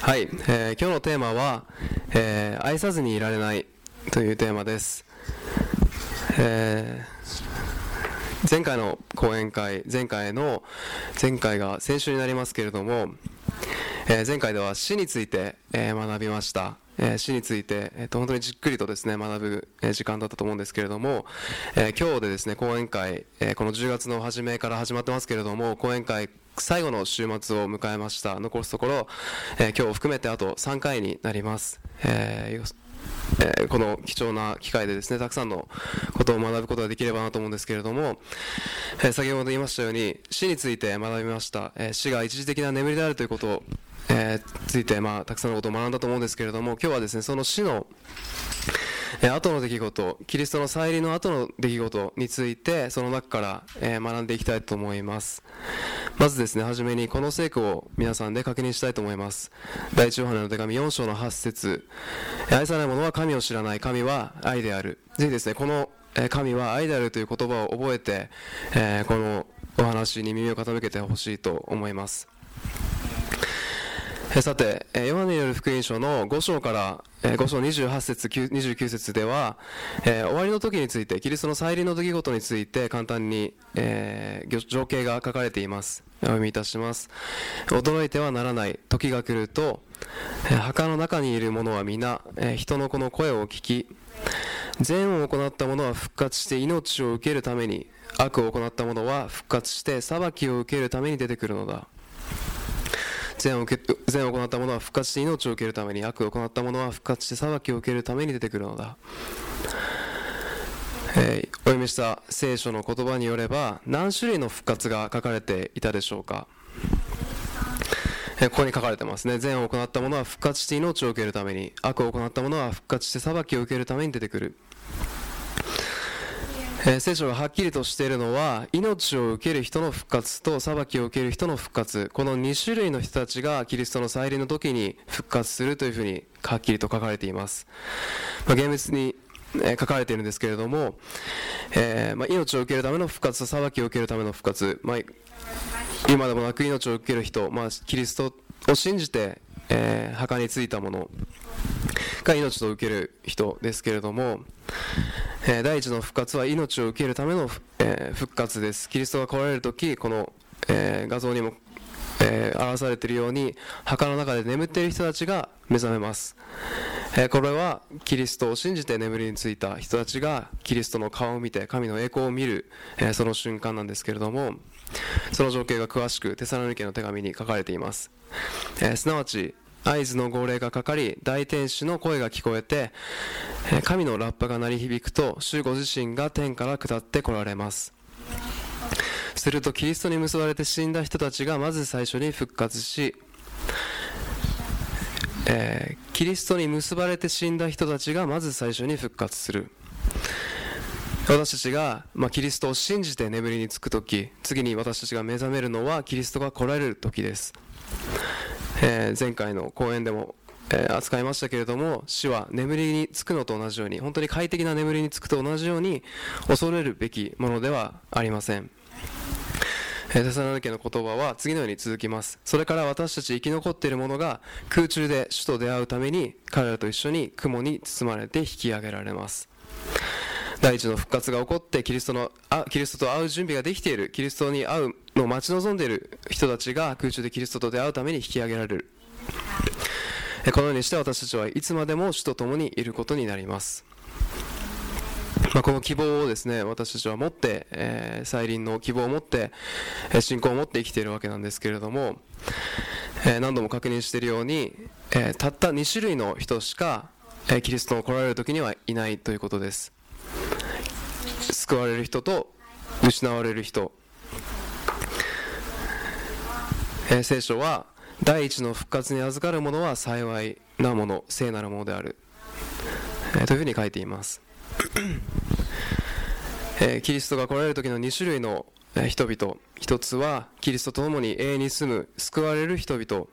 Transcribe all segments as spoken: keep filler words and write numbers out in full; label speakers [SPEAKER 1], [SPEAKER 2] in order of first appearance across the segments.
[SPEAKER 1] はい、えー、今日のテーマは、えー、愛さずにいられないというテーマです。えー、前回の講演会、前回の前回が先週になりますけれども、えー、前回では死について、えー、学びました。えー、死について、えー、と本当にじっくりとですね学ぶ、えー、時間だったと思うんですけれども、えー、今日でですね講演会、えー、このじゅうがつの初めから始まってますけれども、講演会最後の週末を迎えました。残すところ、えー、今日を含めてあとさんかいになります。えーえー、この貴重な機会でですねたくさんのことを学ぶことができればなと思うんですけれども、えー、先ほど言いましたように死について学びました。えー、死が一時的な眠りであるということをえー、ついて、まあ、たくさんのことを学んだと思うんですけれども、今日はですねその死の、えー、後の出来事、キリストの再臨の後の出来事についてその中から、えー、学んでいきたいと思います。まずですねはじめにこの聖句を皆さんで確認したいと思います。第一ヨハネの手紙よん章のはち節、愛さない者は神を知らない、神は愛である。ぜひですねこの、えー、神は愛であるという言葉を覚えて、えー、このお話に耳を傾けてほしいと思います。さて、ヨハネによる福音書のご章からご章にじゅうはち節にじゅうきゅう節では、えー、終わりの時について、キリストの再臨の出来事について簡単に、えー、情景が書かれています。お読みいたします。驚いてはならない。時が来ると、墓の中にいる者は皆、えー、人の子の声を聞き、善を行った者は復活して命を受けるために、悪を行った者は復活して裁きを受けるために出てくるのだ。善を受け、善を行った者は復活して命を受けるために、悪を行った者は復活して裁きを受けるために出てくるのだ。えー、お読みした聖書の言葉によれば何種類の復活が書かれていたでしょうか。えー、ここに書かれてますね。善を行った者は復活して命を受けるために、悪を行った者は復活して裁きを受けるために出てくる。えー、聖書がはっきりとしているのは、命を受ける人の復活と裁きを受ける人の復活、このに種類の人たちがキリストの再臨の時に復活するというふうにはっきりと書かれています。まあ、厳密に、えー、書かれているんですけれども、えーまあ、命を受けるための復活と裁きを受けるための復活、まあ、今でもなく命を受ける人、まあ、キリストを信じて、えー、墓についたものが命と受ける人ですけれども、えー、第一の復活は命を受けるための、えー、復活です。キリストが来られるとき、この、えー、画像にも、えー、表されているように墓の中で眠っている人たちが目覚めます。えー、これはキリストを信じて眠りについた人たちがキリストの顔を見て神の栄光を見る、えー、その瞬間なんですけれども、その情景が詳しくテサロニケの手紙に書かれています。えー、すなわち合図の号令がかかり、大天使の声が聞こえて、神のラッパが鳴り響くと、主ご自身が天から下って来られます。するとキリストに結ばれて死んだ人たちがまず最初に復活し、えー、キリストに結ばれて死んだ人たちがまず最初に復活する。私たちが、まあ、キリストを信じて眠りにつくとき、次に私たちが目覚めるのはキリストが来られるときです。えー、前回の講演でも、えー、扱いましたけれども、死は眠りにつくのと同じように、本当に快適な眠りにつくと同じように恐れるべきものではありません。えー、テサロニケの言葉は次のように続きます。それから私たち生き残っている者が空中で主と出会うために彼らと一緒に雲に包まれて引き上げられます。第一の復活が起こってキリストのあキリストと会う準備ができている、キリストに会うのを待ち望んでいる人たちが空中でキリストと出会うために引き上げられる。このようにして私たちはいつまでも主と共にいることになります。まあ、この希望をですね私たちは持って、えー、再臨の希望を持って、えー、信仰を持って生きているわけなんですけれども、えー、何度も確認しているように、えー、たったに種類の人しか、えー、キリストの来られる時にはいないということです。救われる人と失われる人、えー、聖書は第一の復活に預かる者は幸いなもの、聖なるものである、えー、というふうに書いています。えー、キリストが来られる時のに種類の人々、一つはキリストと共に永遠に住む救われる人々、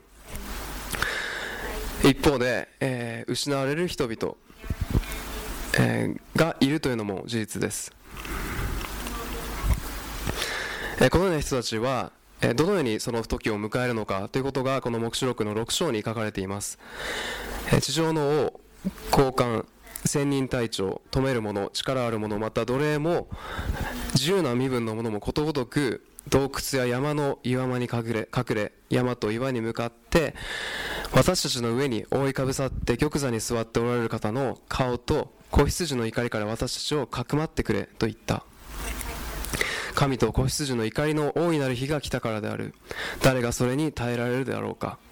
[SPEAKER 1] 一方で、えー、失われる人々、えー、がいるというのも事実です。えー、このような人たちは、 どのようにその時を迎えるのかということがこの黙示録のろく章に書かれています。地上の王、高官、千人隊長、富める者、力ある者、また奴隷も自由な身分の者もことごとく洞窟や山の岩間に隠れ、隠れ山と岩に向かって私たちの上に覆いかぶさって玉座に座っておられる方の顔と子羊の怒りから私たちをかくまってくれと言った。神と子羊の怒りの大いなる日が来たからである。誰がそれに耐えられるであろうか。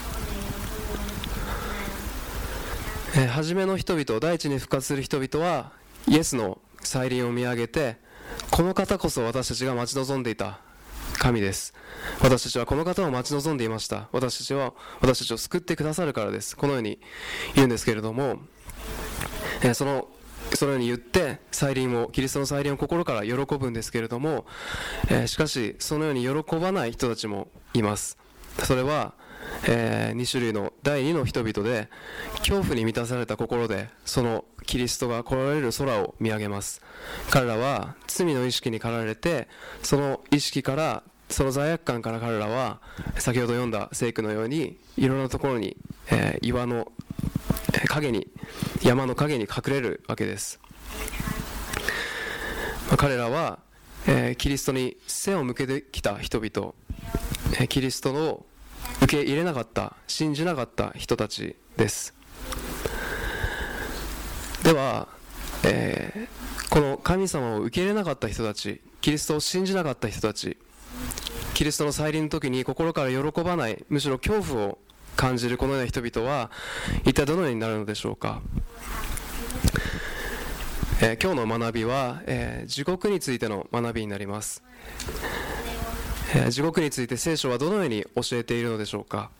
[SPEAKER 1] えー、初めの人々、第一に復活する人々はイエスの再臨を見上げて、この方こそ私たちが待ち望んでいた神です。私たちはこの方を待ち望んでいました。私たちは私たちを救ってくださるからです。このように言うんですけれども、えー、そのそのように言って再臨を、キリストの再臨を心から喜ぶんですけれども、えー、しかしそのように喜ばない人たちもいます。それは、えー、に種類の第二の人々で、恐怖に満たされた心でそのキリストが来られる空を見上げます。彼らは罪の意識に駆られて、その意識から、その罪悪感から彼らは先ほど読んだ聖句のようにいろんなところに、えー、岩の影に、山の影に隠れるわけです。まあ、彼らは、えー、キリストに背を向けてきた人々、えー、キリストを受け入れなかった、信じなかった人たちです。では、えー、この神様を受け入れなかった人たち、キリストを信じなかった人たち、キリストの再臨の時に心から喜ばない、むしろ恐怖を感じるこのような人々は一体どのようになるのでしょうか。えー、今日の学びは、えー、地獄についての学びになります。えー、地獄について聖書はどのように教えているのでしょうか。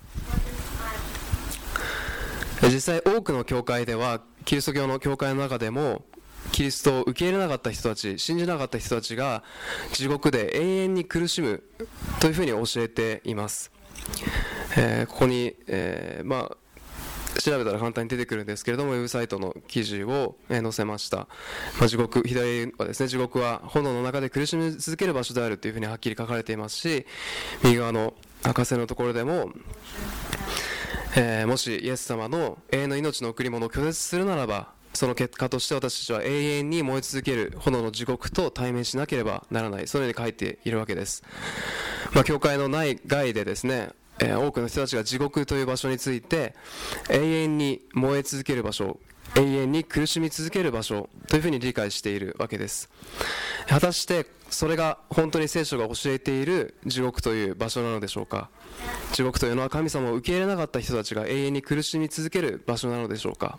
[SPEAKER 1] 実際多くの教会では、キリスト教の教会の中でもキリストを受け入れなかった人たち、信じなかった人たちが地獄で永遠に苦しむというふうに教えています。えー、ここに、えー、まあ調べたら簡単に出てくるんですけれども、ウェブサイトの記事を、えー、載せました。まあ、地獄、左はですね、地獄は炎の中で苦しみ続ける場所であるというふうにはっきり書かれていますし、右側の赤線のところでも、えー、もしイエス様の永遠の命の贈り物を拒絶するならば、その結果として私たちは永遠に燃え続ける炎の地獄と対面しなければならない、そのように書いているわけです。まあ、教会の内外でですね、えー、多くの人たちが地獄という場所について、永遠に燃え続ける場所、永遠に苦しみ続ける場所というふうに理解しているわけです。果たしてそれが本当に聖書が教えている地獄という場所なのでしょうか。地獄というのは神様を受け入れなかった人たちが永遠に苦しみ続ける場所なのでしょうか。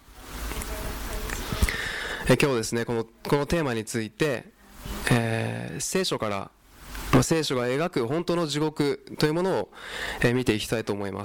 [SPEAKER 1] え今日ですね、この、このテーマについて、えー、聖書から、まあ、聖書が描く本当の地獄というものを、えー、見ていきたいと思います。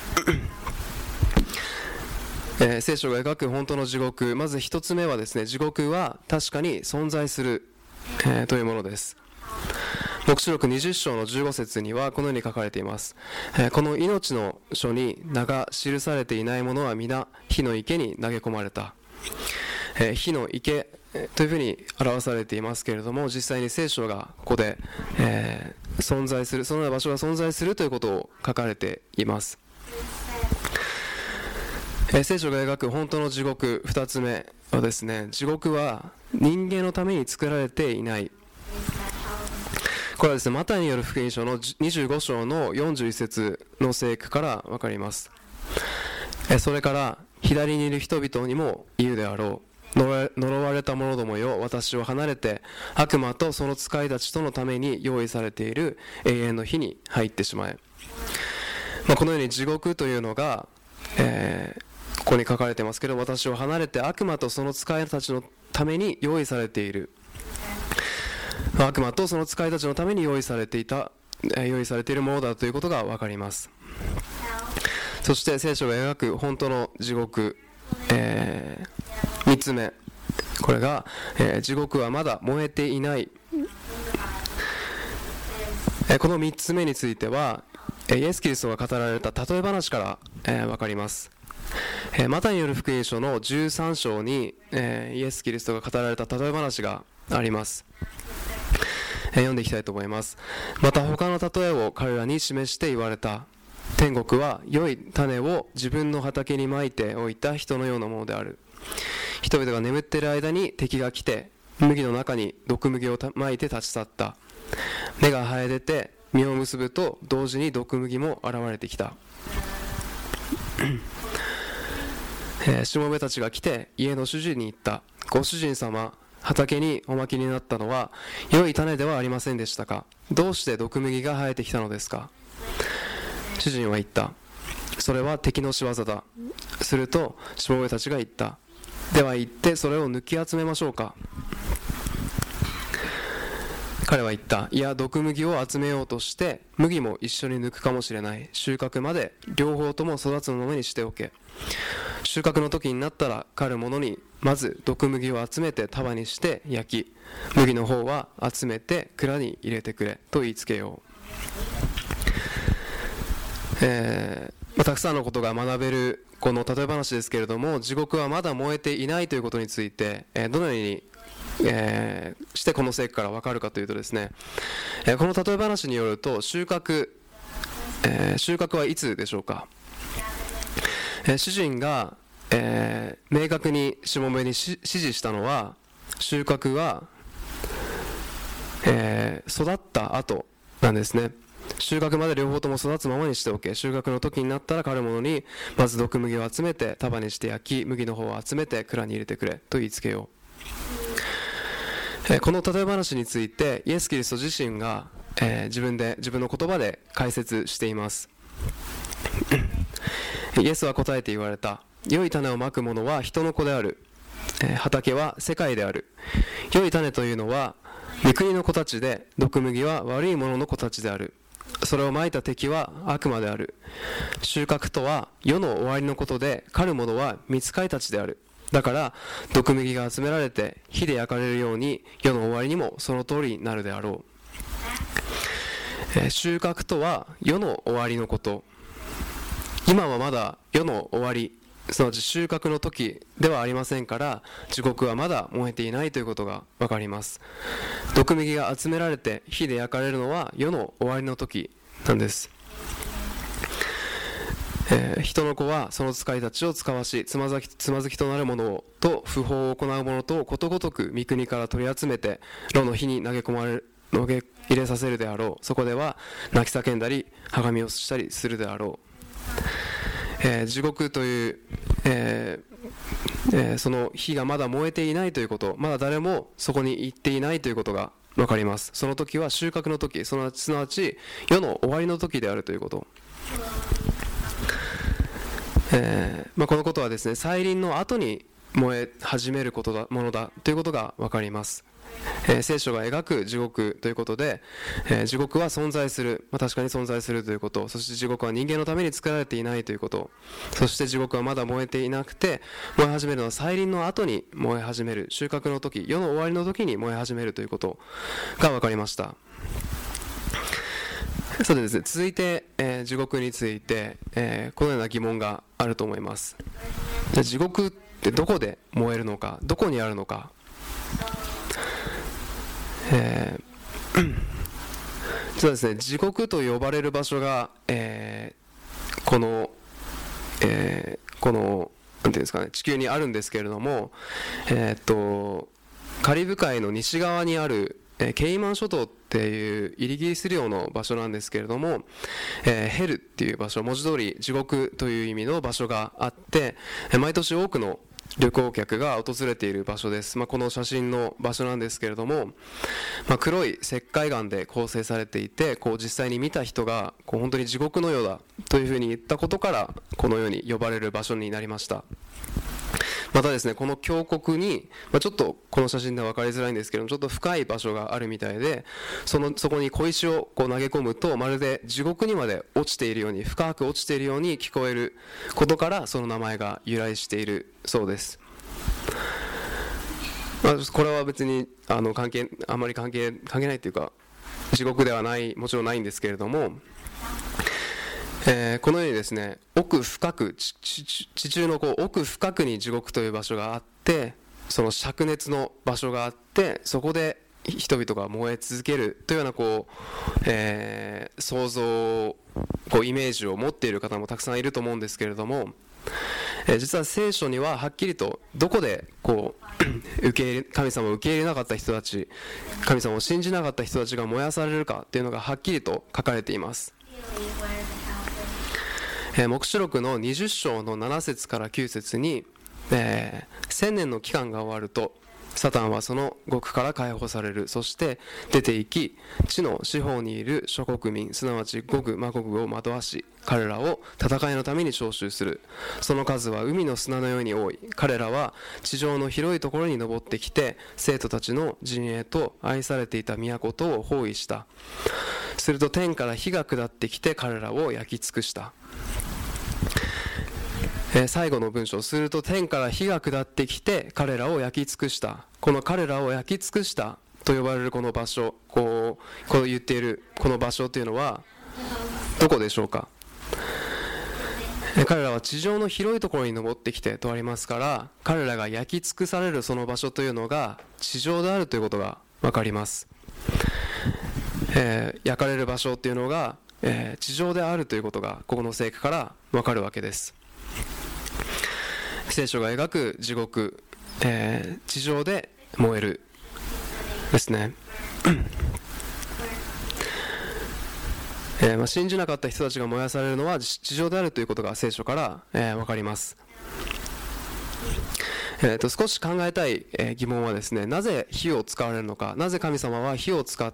[SPEAKER 1] えー、聖書が描く本当の地獄、まず一つ目はですね、地獄は確かに存在する、えー、というものです。黙示録にじゅっ章のじゅうご節にはこのように書かれています。えー、この命の書に名が記されていないものは皆火の池に投げ込まれた。えー、火の池というふうに表されていますけれども、実際に聖書がここで、えー、存在する、そのような場所が存在するということを書かれています。えー、聖書が描く本当の地獄、ふたつめはですね、地獄は人間のために作られていない。これはですね、マタイによる福音書のにじゅうご章のよんじゅういち節の聖句から分かります。えー、それから左にいる人々にも言うであろう。呪われた者どもよ、私を離れて悪魔とその使いたちとのために用意されている永遠の火に入ってしまえ。まあ、このように地獄というのが、えー、ここに書かれてますけど、私を離れて悪魔とその使いたちのために用意されている、悪魔とその使いたちのために用意されていた、えー、用意されているものだということが分かります。そして聖書が描く本当の地獄、えー、みっつめ、これが、えー、地獄はまだ燃えていない。えー、このみっつめについては、えー、イエス・キリストが語られた例え話から、えー、分かります。えー、マタイによる福音書のじゅうさん章に、えー、イエス・キリストが語られた例え話があります。 読んでいきたいと思います。また他の例えを彼らに示して言われた。天国は良い種を自分の畑にまいておいた人のようなものである。人々が眠っている間に敵が来て麦の中に毒麦をまいて立ち去った。芽が生え出て実を結ぶと同時に毒麦も現れてきた。えー、しもべたちが来て家の主人に言った。ご主人様、畑におまきになったのは良い種ではありませんでしたか。どうして毒麦が生えてきたのですか。主人は言った。それは敵の仕業だ。するとしもべたちが言った。では行ってそれを抜き集めましょうか。彼は言った。いや、毒麦を集めようとして麦も一緒に抜くかもしれない。収穫まで両方とも育つものにしておけ。収穫の時になったら刈る者にまず毒麦を集めて束にして焼き、麦の方は集めて蔵に入れてくれと言いつけよう。えーまあ、たくさんのことが学べるこの例え話ですけれども、地獄はまだ燃えていないということについて、えー、どのように、えー、してこの聖句から分かるかというとですね、えー、この例え話によると収穫、えー、収穫はいつでしょうか。えー、主人が、えー、明確にしもべに指示したのは、収穫は、えー、育った後なんですね。収穫まで両方とも育つままにしておけ。収穫の時になったら刈る者にまず毒麦を集めて束にして焼き、麦の方を集めて蔵に入れてくれと言いつけよう。えー、この例え話についてイエス・キリスト自身が、えー、自分で自分の言葉で解説しています。イエスは答えて言われた。良い種をまく者は人の子である。えー、畑は世界である。良い種というのは御国の子たちで、毒麦は悪い者の子たちである。それをまいた敵は悪魔である。収穫とは世の終わりのことで、刈る者は御使いたちである。だから毒麦が集められて火で焼かれるように、世の終わりにもその通りになるであろう。えー、収穫とは世の終わりのこと。今はまだ世の終わり、すなわち収穫の時ではありませんから、地獄はまだ燃えていないということが分かります。毒麦が集められて火で焼かれるのは世の終わりの時なんです。えー、人の子はその使いたちを使わし、つまずき、つまずきとなる者と不法を行う者とことごとく御国から取り集めて炉の火に投げ込まれる投げ入れさせるであろう。そこでは泣き叫んだりはがみをしたりするであろう。えー、地獄という、えーえー、その火がまだ燃えていないということ、まだ誰もそこに行っていないということが分かります。その時は収穫の時、そのすなわち世の終わりの時であるということ、えーまあ、このことはですね、再臨の後に燃え始めることだものだということが分かります。えー、聖書が描く地獄ということで、えー、地獄は存在する、まあ、確かに存在するということ、そして地獄は人間のために作られていないということ、そして地獄はまだ燃えていなくて、燃え始めるのは再臨の後に燃え始める、収穫の時、世の終わりの時に燃え始めるということが分かりました。そうですね、続いて、えー、地獄について、えー、このような疑問があると思います。じゃあ地獄ってどこで燃えるのか、どこにあるのか。えー、実はですね、地獄と呼ばれる場所が、えー、この、えー、このなんていうんですかね、地球にあるんですけれども、えー、っとカリブ海の西側にある、えー、ケイマン諸島っていうイギリス領の場所なんですけれども、えー、ヘルっていう場所、文字通り地獄という意味の場所があって、毎年多くの旅行客が訪れている場所です。まあ、この写真の場所なんですけれども、まあ、黒い石灰岩で構成されていて、こう実際に見た人がこう本当に地獄のようだというふうに言ったことからこのように呼ばれる場所になりました。またですね、この峡谷に、まあ、ちょっとこの写真では分かりづらいんですけども、ちょっと深い場所があるみたいで、そのそこに小石をこう投げ込むと、まるで地獄にまで落ちているように、深く落ちているように聞こえることから、その名前が由来しているそうです。まあ、これは別にあの関係あまり関係関係ないというか、地獄ではない、もちろんないんですけれども、えー、このようにですね、奥深く、地, 地, 地中のこう奥深くに地獄という場所があって、その灼熱の場所があって、そこで人々が燃え続けるというようなこう、えー、想像こうイメージを持っている方もたくさんいると思うんですけれども、えー、実は聖書にははっきりとどこでこう受け入れ神様を受け入れなかった人たち、神様を信じなかった人たちが燃やされるかというのがはっきりと書かれています。えー、黙示録のにじゅっ章のなな節からきゅう節に、えー、千年の期間が終わるとサタンはその獄から解放される。そして出て行き、地の四方にいる諸国民、すなわちゴグマゴグを惑わし、彼らを戦いのために召集する。その数は海の砂のように多い。彼らは地上の広いところに登ってきて、生徒たちの陣営と愛されていた都とを包囲した。すると天から火が下ってきて彼らを焼き尽くした。えー、最後の文章、すると天から火が下ってきて彼らを焼き尽くした。この彼らを焼き尽くしたと呼ばれるこの場所、こう、こう言っているこの場所というのはどこでしょうか。えー、彼らは地上の広いところに登ってきてとありますから、彼らが焼き尽くされるその場所というのが地上であるということが分かります。えー、焼かれる場所というのが、えー、地上であるということがここの聖句から分かるわけです。聖書が描く地獄、えー、地上で燃えるですね。えーまあ、信じなかった人たちが燃やされるのは地上であるということが聖書から、えー、分かります。えー、と少し考えたい、えー、疑問はですね、なぜ火を使われるのか、なぜ神様は火を使って、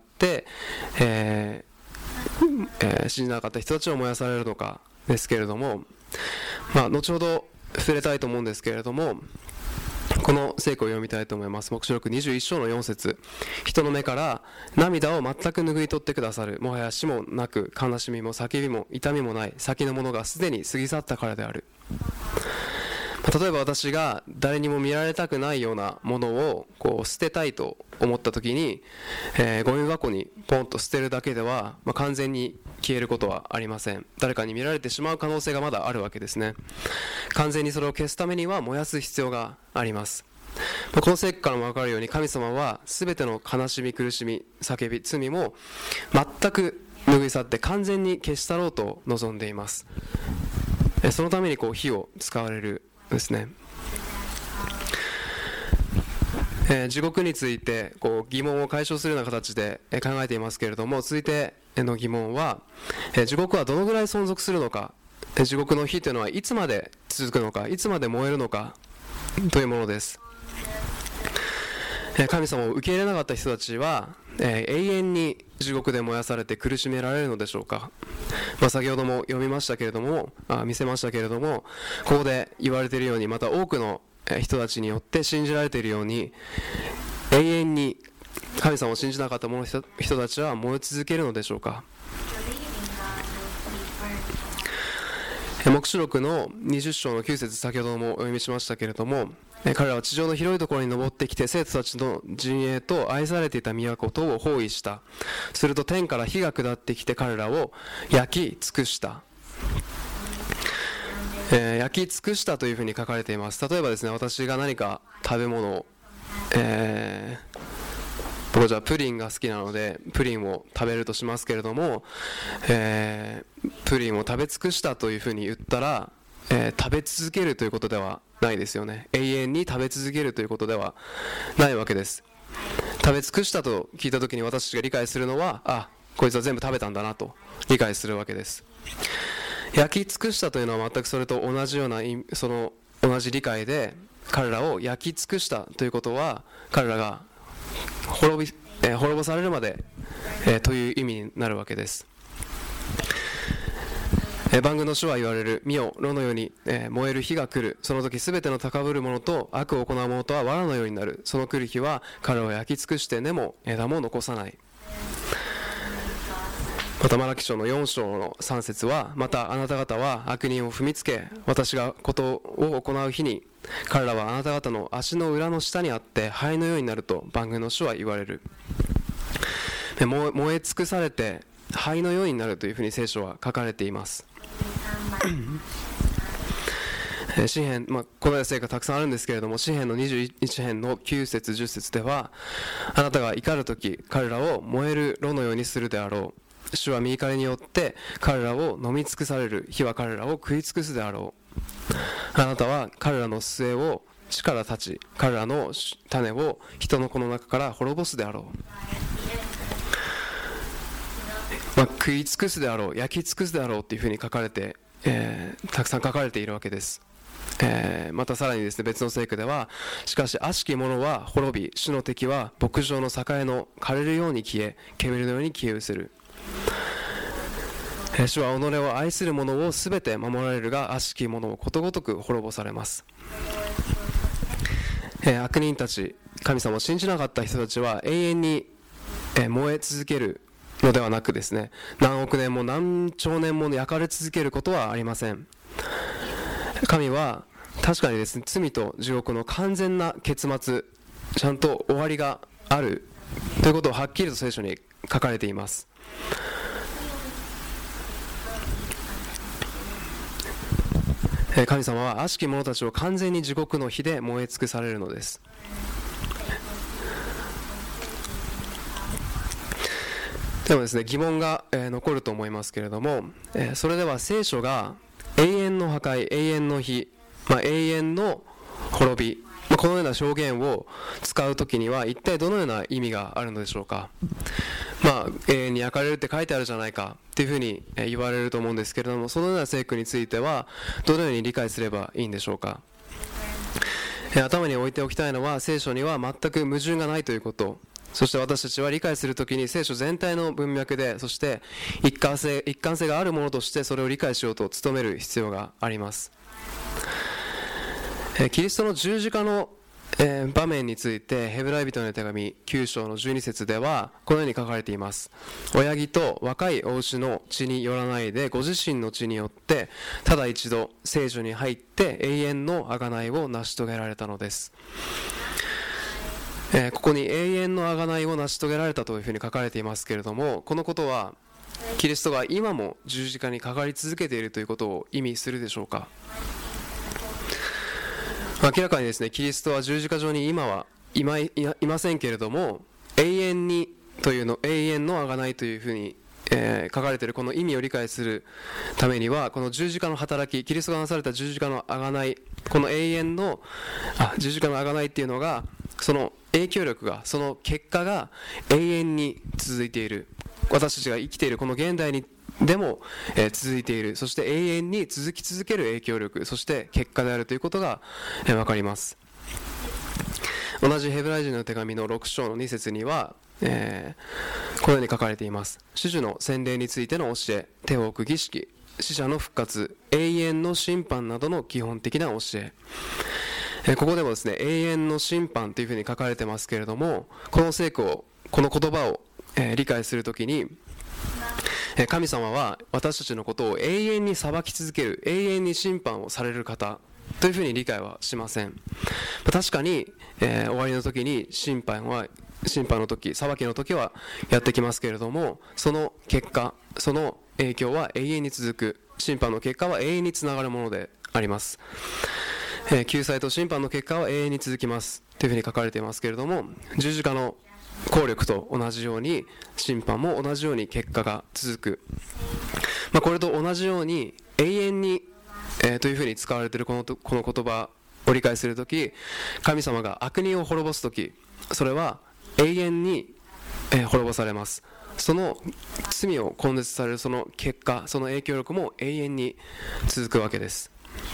[SPEAKER 1] えーえー、信じなかった人たちを燃やされるのかですけれども、まあ、後ほど触れたいと思うんですけれども、この聖句を読みたいと思います。黙示録にじゅういっ章のよん節、人の目から涙を全く拭い取ってくださる。もはや死もなく悲しみも叫びも痛みもない先のものがすでに過ぎ去ったからである。例えば私が誰にも見られたくないようなものをこう捨てたいと思った時に、えー、ゴミ箱にポンと捨てるだけでは、まあ、完全に消えることはありません。誰かに見られてしまう可能性がまだあるわけですね。完全にそれを消すためには燃やす必要があります。まあ、この聖句からも分かるように、神様は全ての悲しみ、苦しみ、叫び、罪も全く拭い去って完全に消し去ろうと望んでいます。そのためにこう火を使われるですね。えー、地獄についてこう疑問を解消するような形で考えていますけれども、続いての疑問は、えー、地獄はどのぐらい存続するのか、えー、地獄の火というのはいつまで続くのか、いつまで燃えるのかというものです。えー、神様を受け入れなかった人たちは、えー、永遠に地獄で燃やされて苦しめられるのでしょうか。まあ、先ほども読みましたけれどもあ見せましたけれども、ここで言われているように、また多くの人たちによって信じられているように、永遠に神様を信じなかった者人たちは燃え続けるのでしょうか。黙示録のにじゅっ章のきゅう節、先ほどもお読みしましたけれども、彼らは地上の広いところに登ってきて、生徒たちの陣営と愛されていた都とを包囲した。すると天から火が下ってきて彼らを焼き尽くした。えー、焼き尽くしたというふうに書かれています。例えばですね、私が何か食べ物を、えー、僕はじゃあプリンが好きなのでプリンを食べるとしますけれども、えー、プリンを食べ尽くしたというふうに言ったら、えー、食べ続けるということではないですよね。永遠に食べ続けるということではないわけです。食べ尽くしたと聞いたときに私が理解するのは、あ、こいつは全部食べたんだなと理解するわけです。焼き尽くしたというのは全くそれと同じような、その同じ理解で、彼らを焼き尽くしたということは、彼らが滅び、えー、滅ぼされるまで、えー、という意味になるわけです。えー、万軍の主は言われる。見よ、炉のように、えー、燃える日が来る。その時すべての高ぶる者と悪を行う者とは藁のようになる。その来る日は彼らを焼き尽くして根も枝も残さない。またマラキ書のよん章のさん節は、またあなた方は悪人を踏みつけ、私がことを行う日に彼らはあなた方の足の裏の下にあって灰のようになると万軍の主は言われる。燃え尽くされて灰のようになるというふうに聖書は書かれています。 えー、詩編、まあ、このような聖句がたくさんあるんですけれども、詩編のにじゅういち編のきゅう節じゅっ節では、あなたが怒るとき彼らを燃える炉のようにするであろう。主は御怒りによって彼らを飲み尽くされる。火は彼らを食い尽くすであろう。あなたは彼らの末を地から立ち、彼らの種を人の子の中から滅ぼすであろう。まあ、食い尽くすであろう、焼き尽くすであろうというふうに書かれて、えー、たくさん書かれているわけです。えー、またさらにですね、別の聖句では、しかし悪しき者は滅び、主の敵は牧場の栄の枯れるように消え、煙のように消え失せる。えー、主は己を愛する者をすべて守られるが、悪しき者をことごとく滅ぼされます。えー、悪人たち、神様を信じなかった人たちは永遠に、えー、燃え続けるのではなくですね、何億年も何兆年も焼かれ続けることはありません。神は確かにですね、罪と地獄の完全な結末、ちゃんと終わりがあるということをはっきりと聖書に書かれています。神様は悪しき者たちを完全に地獄の火で燃え尽くされるのです。でもですね、疑問が、えー、残ると思いますけれども、えー、それでは聖書が永遠の破壊、永遠の火、まあ、永遠の滅び、まあ、このような表現を使うときには一体どのような意味があるのでしょうか。まあ、永遠に焼かれるって書いてあるじゃないかっていうふうに言われると思うんですけれども、そのような聖句についてはどのように理解すればいいんでしょうか。頭に置いておきたいのは、聖書には全く矛盾がないということ。そして私たちは理解するときに聖書全体の文脈で、そして一貫性、一貫性があるものとしてそれを理解しようと努める必要があります。キリストの十字架のえー、場面についてヘブライ人の手紙きゅう章のじゅうに節ではこのように書かれています。親木と若いお牛の血によらないで、ご自身の血によってただ一度聖所に入って永遠の贖いを成し遂げられたのです。えー、ここに永遠の贖いを成し遂げられたというふうに書かれていますけれども、このことはキリストが今も十字架にかかり続けているということを意味するでしょうか。明らかにですね、キリストは十字架上に今はいま、いませんけれども、永遠にというの、永遠の贖いというふうに、えー、書かれているこの意味を理解するためには、この十字架の働き、キリストがなされた十字架の贖い、この永遠のあ十字架の贖いっていうのが、その影響力が、その結果が永遠に続いている。私たちが生きているこの現代にでも、えー、続いている、そして永遠に続き続ける影響力、そして結果であるということが、えー、分かります。同じヘブライ人の手紙のろく章のに節には、えー、このように書かれています。種々の洗礼についての教え、手を置く儀式、死者の復活、永遠の審判などの基本的な教え。えー、ここでもですね、永遠の審判というふうに書かれてますけれども、この聖句を、この言葉を、えー、理解するときに、神様は私たちのことを永遠に裁き続ける、永遠に審判をされる方というふうに理解はしません。確かに、えー、終わりの時に審判は審判の時、裁きの時はやってきますけれども、その結果、その影響は永遠に続く、審判の結果は永遠につながるものであります。えー、救済と審判の結果は永遠に続きますというふうに書かれていますけれども、十字架の効力と同じように審判も同じように結果が続く、まあ、これと同じように永遠に、えー、というふうに使われているこの、この言葉を理解するとき、神様が悪人を滅ぼすとき、それは永遠に、えー、滅ぼされます。その罪を根絶されるその結果、その影響力も永遠に続くわけです。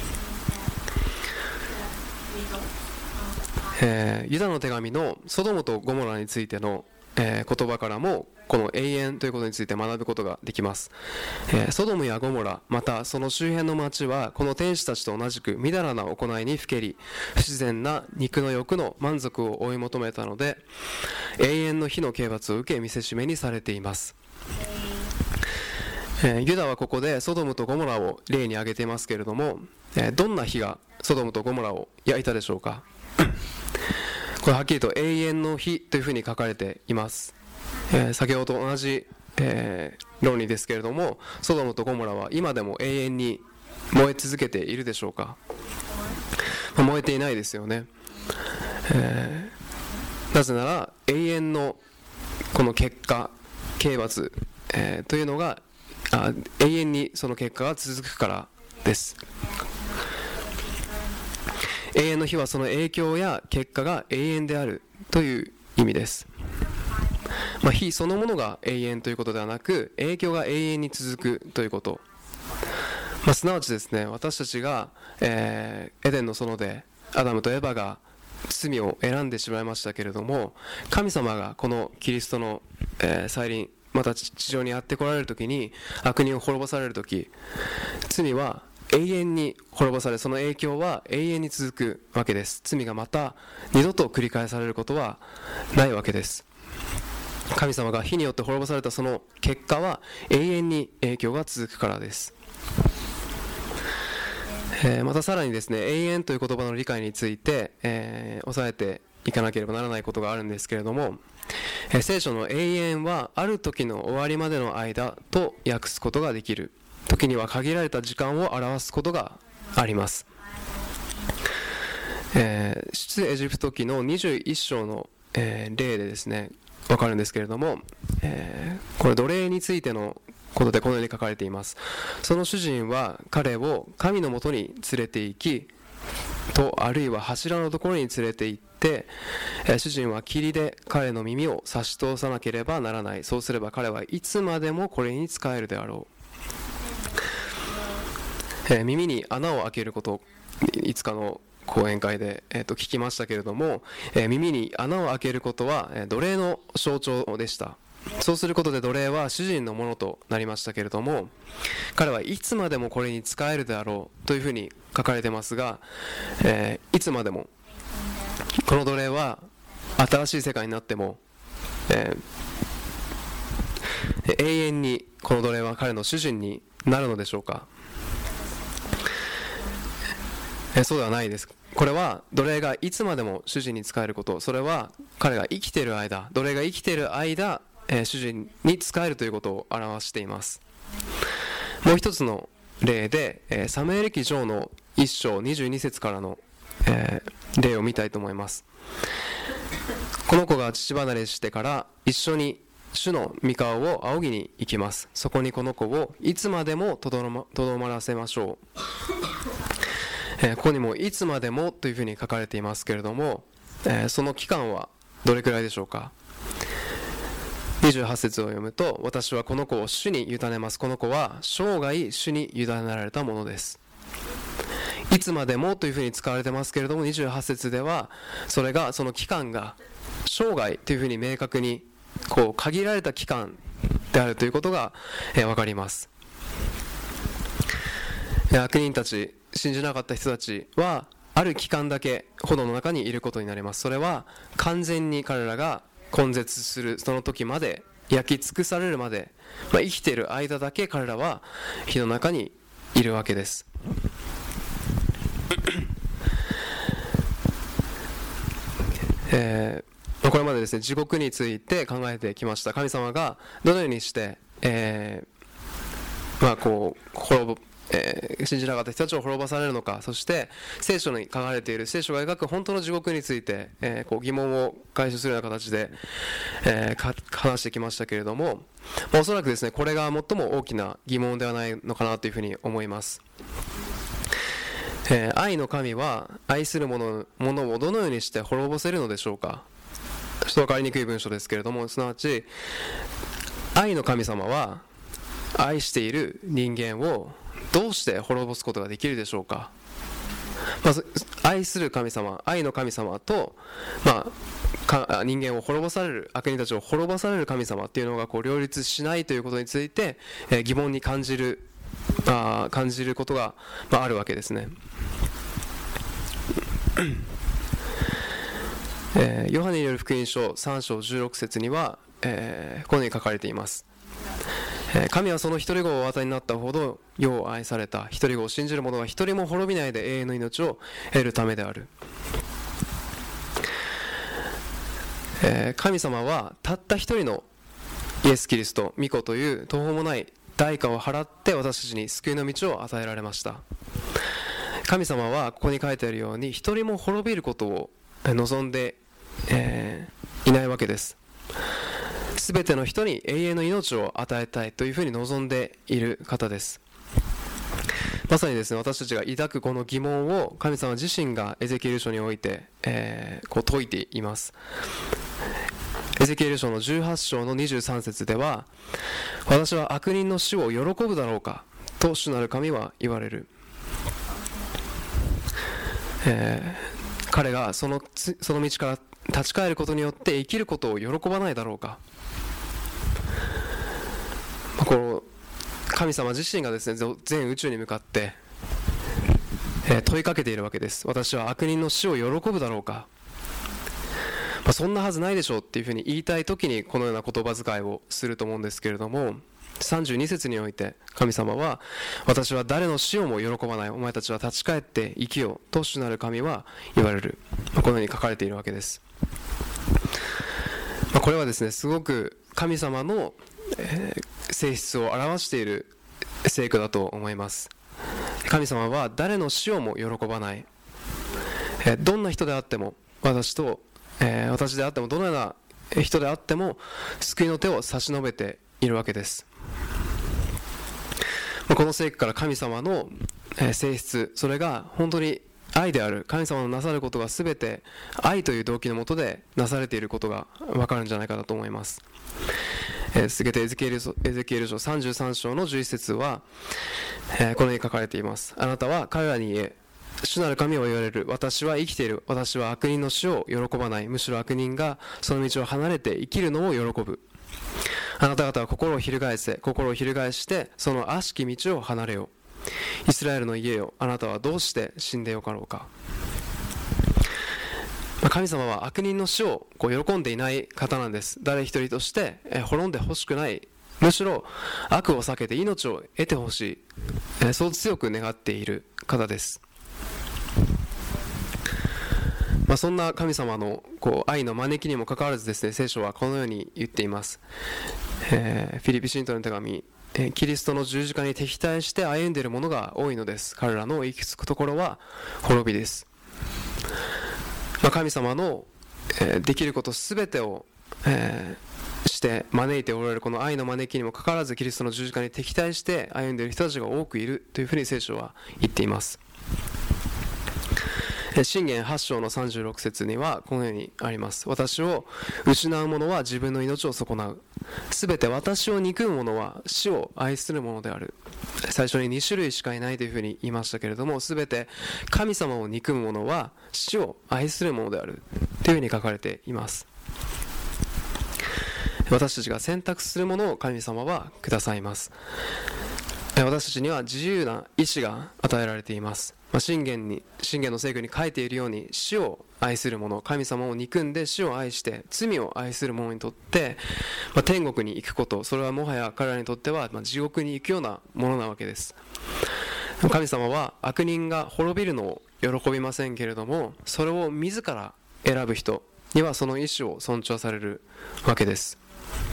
[SPEAKER 1] えー、ユダの手紙のソドムとゴモラについての、えー、言葉からもこの永遠ということについて学ぶことができます。えー、ソドムやゴモラ、またその周辺の町はこの天使たちと同じくみだらな行いにふけり、不自然な肉の欲の満足を追い求めたので、永遠の火の刑罰を受け見せしめにされています。えー、ユダはここでソドムとゴモラを例に挙げていますけれども、えー、どんな火がソドムとゴモラを焼いたでしょうか。これはっきりと永遠の火というふうに書かれています。えー、先ほどと同じ、えー、論理ですけれども、ソドムとゴモラは今でも永遠に燃え続けているでしょうか。 まあ、燃えていないですよね。えー、なぜなら永遠のこの結果、刑罰、えー、というのがあ永遠にその結果が続くからです。永遠の日はその影響や結果が永遠であるという意味です。まあ、日そのものが永遠ということではなく、影響が永遠に続くということ、まあ、すなわちですね、私たちが、えー、エデンの園でアダムとエバが罪を選んでしまいましたけれども、神様がこのキリストの、えー、再臨、また地上にやってこられるときに、悪人を滅ぼされるとき、罪は永遠に滅ぼされ、その影響は永遠に続くわけです。罪がまた二度と繰り返されることはないわけです。神様が火によって滅ぼされたその結果は永遠に影響が続くからです。えー、またさらにですね、永遠という言葉の理解について、えー、押さえていかなければならないことがあるんですけれども、えー、聖書の永遠はある時の終わりまでの間と訳すことができる。時には限られた時間を表すことがあります。えー、出エジプト記のにじゅういっ章の、えー、例でですねわかるんですけれども、えー、これ奴隷についてのことでこのように書かれています。その主人は彼を神のもとに連れて行きと、あるいは柱のところに連れて行って、えー、主人は霧で彼の耳を差し通さなければならない。そうすれば彼はいつまでもこれに仕えるであろう。えー、耳に穴を開けることをいつかの講演会で、えー、と聞きましたけれども、えー、耳に穴を開けることは、えー、奴隷の象徴でした。そうすることで奴隷は主人のものとなりましたけれども、彼はいつまでもこれに仕えるであろうというふうに書かれてますが、えー、いつまでもこの奴隷は新しい世界になっても、えー、永遠にこの奴隷は彼の主人になるのでしょうか。えー、そうではないです。これは奴隷がいつまでも主人に仕えること、それは彼が生きている間、奴隷が生きている間、えー、主人に仕えるということを表しています。もう一つの例で、えー、サムエル記上のいっ章にじゅうに節からの、えー、例を見たいと思います。この子が父離れしてから一緒に主の御顔を仰ぎに行きます。そこにこの子をいつまでもとどま、とどまらせましょう。えー、ここにもいつまでもというふうに書かれていますけれども、えー、その期間はどれくらいでしょうか。にじゅうはち節を読むと、私はこの子を主に委ねます。この子は生涯主に委ねられたものです。いつまでもというふうに使われてますけれども、にじゅうはち節ではそれがその期間が生涯というふうに明確にこう限られた期間であるということが、えー、分かります。悪人たち、信じなかった人たちはある期間だけ炎の中にいることになります。それは完全に彼らが根絶するその時まで、焼き尽くされるまで、まあ、生きている間だけ彼らは火の中にいるわけです。えー、これまでですね、地獄について考えてきました。神様がどのようにして、えー、まあこう滅ぼえー、信じなかった人たちを滅ぼされるのか、そして聖書に書かれている聖書が描く本当の地獄について、えー、こう疑問を解消するような形で、えー、話してきましたけれども、まあ、おそらくですねこれが最も大きな疑問ではないのかなというふうに思います。えー、愛の神は愛する者のをどのようにして滅ぼせるのでしょうか。ちょっと分かりにくい文章ですけれども、すなわち愛の神様は愛している人間をどうして滅ぼすことができるでしょうか。まず愛する神様、愛の神様と、まあ、か人間を滅ぼされる、悪人たちを滅ぼされる神様っていうのがこう両立しないということについて、えー、疑問に感じるあ感じることが、まあ、あるわけですね。えー、ヨハネによる福音書さん章じゅうろく節には、えー、このように書かれています。神はその一人子をお与えになったほど世を愛された。一人子を信じる者は一人も滅びないで永遠の命を得るためである。えー、神様はたった一人のイエス・キリスト、御子という途方もない代価を払って私たちに救いの道を与えられました。 神様はここに書いてあるように一人も滅びることを望んで、えー、いないわけです。すべての人に永遠の命を与えたいというふうに望んでいる方です。まさにですね、私たちが抱くこの疑問を神様自身がエゼキエル書において、えー、こう説いています。エゼキエル書のじゅうはち章のにじゅうさん節では、私は悪人の死を喜ぶだろうかと主なる神は言われる。えー、彼がその、その道から立ち返ることによって生きることを喜ばないだろうか。この神様自身がですね、全宇宙に向かって、えー、問いかけているわけです。私は悪人の死を喜ぶだろうか。まあ、そんなはずないでしょうっていうふうに言いたいときにこのような言葉遣いをすると思うんですけれども、さんじゅうに節において神様は、私は誰の死をも喜ばない、お前たちは立ち返って生きようと主なる神は言われる、まあ、このように書かれているわけです。まあ、これはですね、すごく神様の、えー性質を表している聖句だと思います。神様は誰の死をも喜ばない、えー、どんな人であっても、私と、えー、私であっても、どのような人であっても救いの手を差し伸べているわけです。この聖句から神様の性質、それが本当に愛である、神様のなさることが全て愛という動機のもとでなされていることが分かるんじゃないかなと思います。えー、続けてエゼキエル書、エゼキエル書さんじゅうさん章のじゅういち節は、えー、このように書かれています。あなたは彼らに言え、主なる神は言われる。私は生きている。私は悪人の死を喜ばない。むしろ悪人がその道を離れて生きるのを喜ぶ。あなた方は心を翻せ、心を翻してその悪しき道を離れよう。イスラエルの家よ、あなたはどうして死んでよかろうか。神様は悪人の死をこう喜んでいない方なんです。誰一人として滅んでほしくない、むしろ悪を避けて命を得てほしい、そう強く願っている方です。まあ、そんな神様のこう愛の招きにもかかわらずですね、聖書はこのように言っています。えー、フィリピ信徒の手紙、えー、キリストの十字架に敵対して歩んでいる者が多いのです。彼らの行き着くところは滅びです。まあ、神様の、えー、できることすべてを、えー、して招いておられるこの愛の招きにもかかわらず、キリストの十字架に敵対して歩んでいる人たちが多くいるというふうに聖書は言っています。箴言はち章のさんじゅうろく節にはこのようにあります。私を失う者は自分の命を損なう。すべて私を憎む者は死を愛する者である。最初にに種類しかいないというふうに言いましたけれども、すべて神様を憎む者は死を愛する者であるというふうに書かれています。私たちが選択するものを神様はくださいます。私たちには自由な意志が与えられています。まあ、箴言に、箴言の聖句に書いているように、死を愛する者、神様を憎んで死を愛して罪を愛する者にとって、まあ、天国に行くこと、それはもはや彼らにとっては、まあ、地獄に行くようなものなわけです。神様は悪人が滅びるのを喜びませんけれども、それを自ら選ぶ人にはその意志を尊重されるわけです。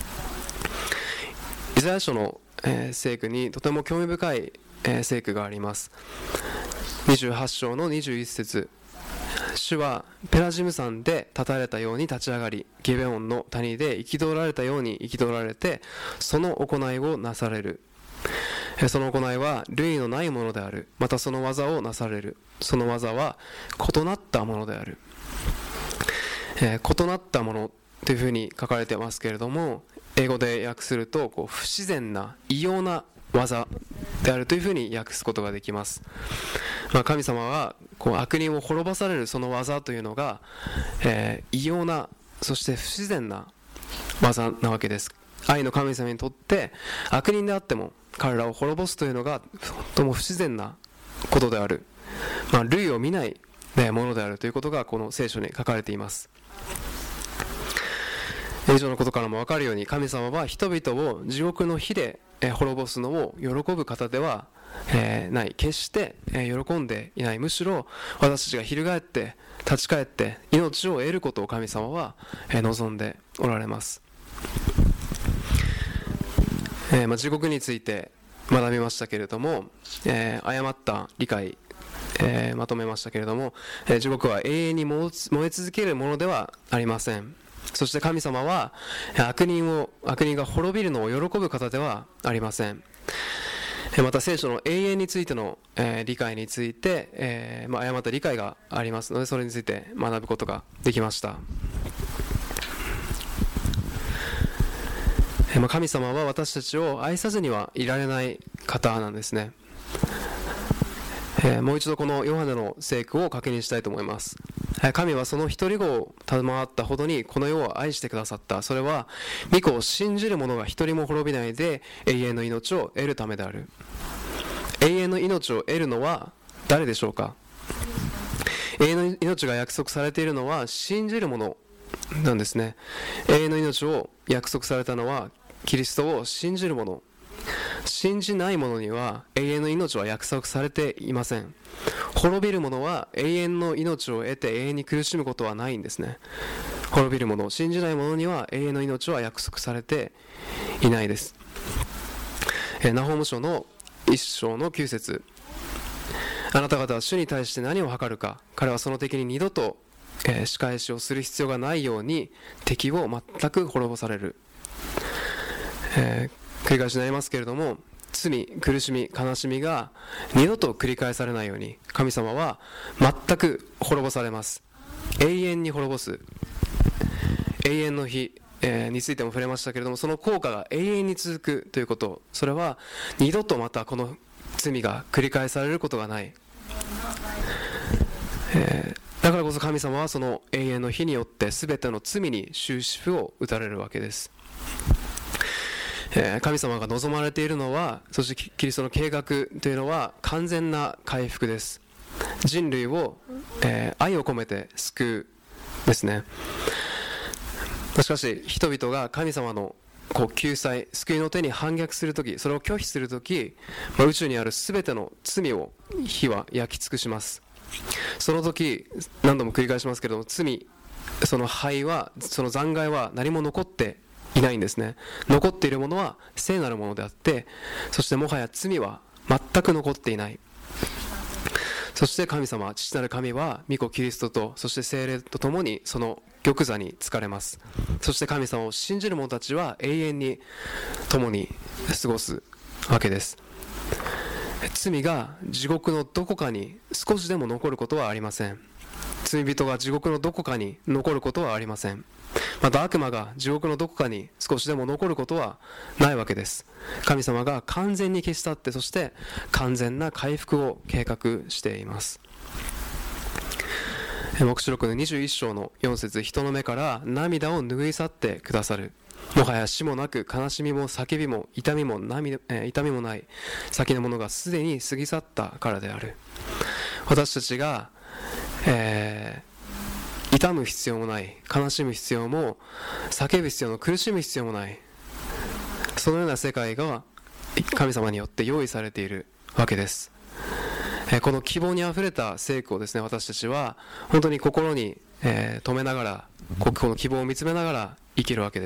[SPEAKER 1] イザヤ書のえー、聖句にとても興味深い、えー、聖句があります。にじゅうはち章のにじゅういち節、主はペラジム山で立たれたように立ち上がり、ゲベオンの谷で憤られたように憤られて、その行いをなされる。その行いは類のないものである。またその技をなされる。その技は異なったものである。えー、異なったものというふうに書かれてますけれども、英語で訳するとこう不自然な異様な技であるというふうに訳すことができます。まあ、神様はこう悪人を滅ぼされるその技というのが、えー、異様な、そして不自然な技なわけです。愛の神様にとって悪人であっても彼らを滅ぼすというのがとても不自然なことである、まあ、類を見ないものであるということがこの聖書に書かれています。以上のことからも分かるように、神様は人々を地獄の火で滅ぼすのを喜ぶ方ではない。決して喜んでいない。むしろ私たちが翻って立ち返って命を得ることを神様は望んでおられます。えーまあ、地獄について学びましたけれども、えー、誤った理解えー、まとめましたけれども、えー、地獄は永遠に燃え続けるものではありません。そして神様は悪人を悪人が滅びるのを喜ぶ方ではありません。また聖書の永遠についての、えー、理解について、えーまあ、誤った理解がありますので、それについて学ぶことができました。えーまあ、神様は私たちを愛さずにはいられない方なんですね。えー、もう一度このヨハネの聖句を確認したいと思います。神はその一人子を賜ったほどにこの世を愛してくださった。それは御子を信じる者が一人も滅びないで永遠の命を得るためである。永遠の命を得るのは誰でしょうか。永遠の命が約束されているのは信じる者なんですね。永遠の命を約束されたのはキリストを信じる者。信じない者には永遠の命は約束されていません。滅びる者は永遠の命を得て永遠に苦しむことはないんですね。滅びる者、信じない者には永遠の命は約束されていないです。えー、ナホーム書の一章の九節、あなた方は主に対して何を図るか、彼はその敵に二度と、えー、仕返しをする必要がないように敵を全く滅ぼされる。えー繰り返しになりますけれども、罪、苦しみ、悲しみが二度と繰り返されないように神様は全く滅ぼされます。永遠に滅ぼす永遠の日、えー、についても触れましたけれども、その効果が永遠に続くということ、それは二度とまたこの罪が繰り返されることがない、えー、だからこそ神様はその永遠の日によって全ての罪に終止符を打たれるわけです。神様が望まれているのは、そしてキリストの計画というのは完全な回復です。人類を、えー、愛を込めて救うですね。しかし人々が神様のこう救済、救いの手に反逆するとき、それを拒否するとき、まあ、宇宙にあるすべての罪を火は焼き尽くします。その時、何度も繰り返しますけれども、罪、その灰は、その残骸は何も残っていないんですね。残っているものは聖なるものであって、そしてもはや罪は全く残っていない。そして神様、父なる神は御子キリストと、そして聖霊とともにその玉座に就かれます。そして神様を信じる者たちは永遠に共に過ごすわけです。罪が地獄のどこかに少しでも残ることはありません。罪人が地獄のどこかに残ることはありません。また悪魔が地獄のどこかに少しでも残ることはないわけです。神様が完全に消し去って、そして完全な回復を計画しています。黙示録のにじゅういっ章のよん節、人の目から涙を拭い去ってくださる。もはや死もなく、悲しみも叫びも痛みも涙、えー、痛みもない先のものがすでに過ぎ去ったからである。私たちが、えー痛む必要もない、悲しむ必要も、叫ぶ必要も、苦しむ必要もない、そのような世界が神様によって用意されているわけです。この希望にあふれた聖句をですね、私たちは本当に心に留めながら、この希望を見つめながら生きるわけです。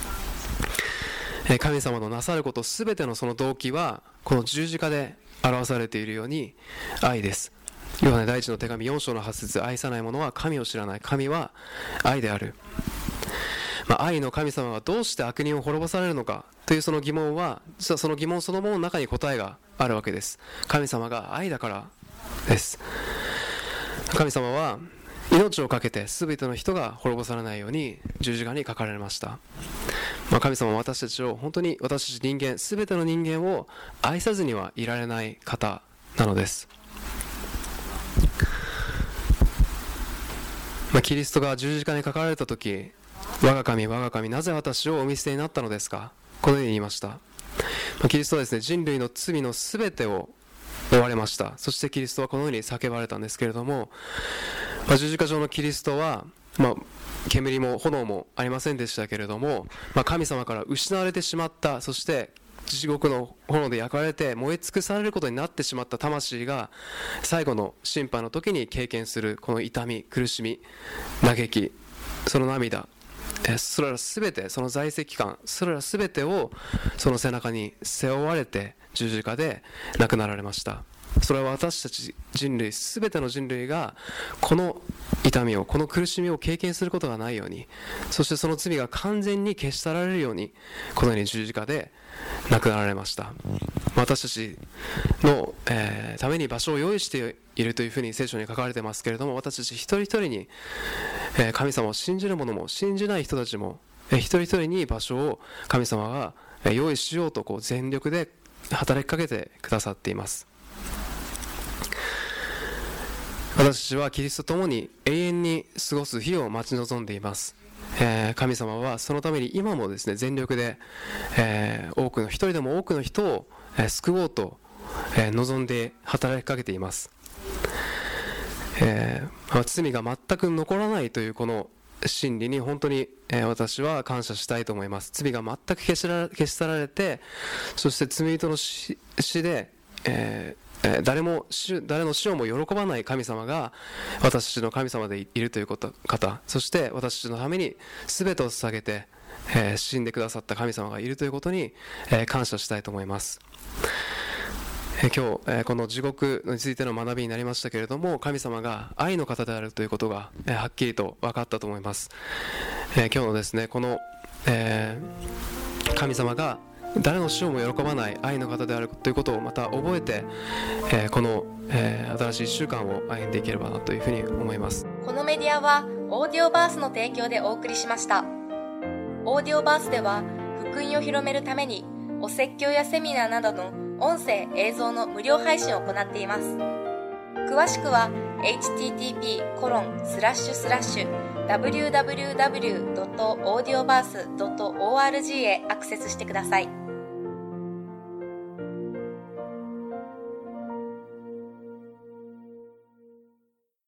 [SPEAKER 1] 神様のなさることすべてのその動機はこの十字架で表されているように愛です。ヨハネ第一の手紙よん章のはち節、愛さない者は神を知らない、神は愛である。まあ、愛の神様はどうして悪人を滅ぼされるのかというその疑問は、実はその疑問そのものの中に答えがあるわけです。神様が愛だからです。神様は命を懸けて全ての人が滅ぼされないように十字架にかかられました。まあ、神様は私たちを、本当に私たち人間、全ての人間を愛さずにはいられない方なのです。まあ、キリストが十字架にかかられたとき、我が神、我が神、なぜ私をお見捨てになったのですか、このように言いました。まあ、キリストはですね、人類の罪のすべてを負われました。そしてキリストはこのように叫ばれたんですけれども、まあ、十字架上のキリストは、まあ、煙も炎もありませんでしたけれども、まあ、神様から失われてしまった、そして地獄の炎で焼かれて燃え尽くされることになってしまった魂が最後の審判の時に経験するこの痛み、苦しみ、嘆き、その涙、それらすべて、その在籍感、それらすべてをその背中に背負われて十字架で亡くなられました。 それは私たち人類、すべての人類がこの痛みを、この苦しみを経験することがないように、そしてその罪が完全に消し去られるように、このように十字架で亡くなられました。私たちの、えー、ために場所を用意しているというふうに聖書に書かれてますけれども、私たち一人一人に、えー、神様を信じる者も信じない人たちも、えー、一人一人に場所を神様が用意しようとこう全力で働きかけてくださっています。私たちはキリストと共に永遠に過ごす日を待ち望んでいます。えー、神様はそのために今もですね、全力で、えー、多くの一人でも多くの人を、えー、救おうと、えー、望んで働きかけています。えー、罪が全く残らないというこの真理に本当に、えー、私は感謝したいと思います。罪が全く消しら、消し去られて、そして罪人の 死, 死で、えーえー、誰も誰の死をも喜ばない神様が私たちの神様でいるということ方、そして私たちのために全てを捧げて、えー、死んでくださった神様がいるということに、えー、感謝したいと思います。えー、今日、えー、この地獄についての学びになりましたけれども、神様が愛の方であるということが、えー、はっきりと分かったと思います。えー、今日のですねこの、えー、神様が誰の死をも喜ばない愛の方であるということをまた覚えて、えー、この、えー、新しいいっしゅうかんを歩んでいければなというふうに思います。
[SPEAKER 2] このメディアはオーディオバースの提供でお送りしました。オーディオバースでは福音を広めるためにお説教やセミナーなどの音声映像の無料配信を行っています。詳しくは エイチティーティーピーコロンスラッシュスラッシュダブリューダブリューダブリュードットオーディオバースドットオーアールジー へアクセスしてください。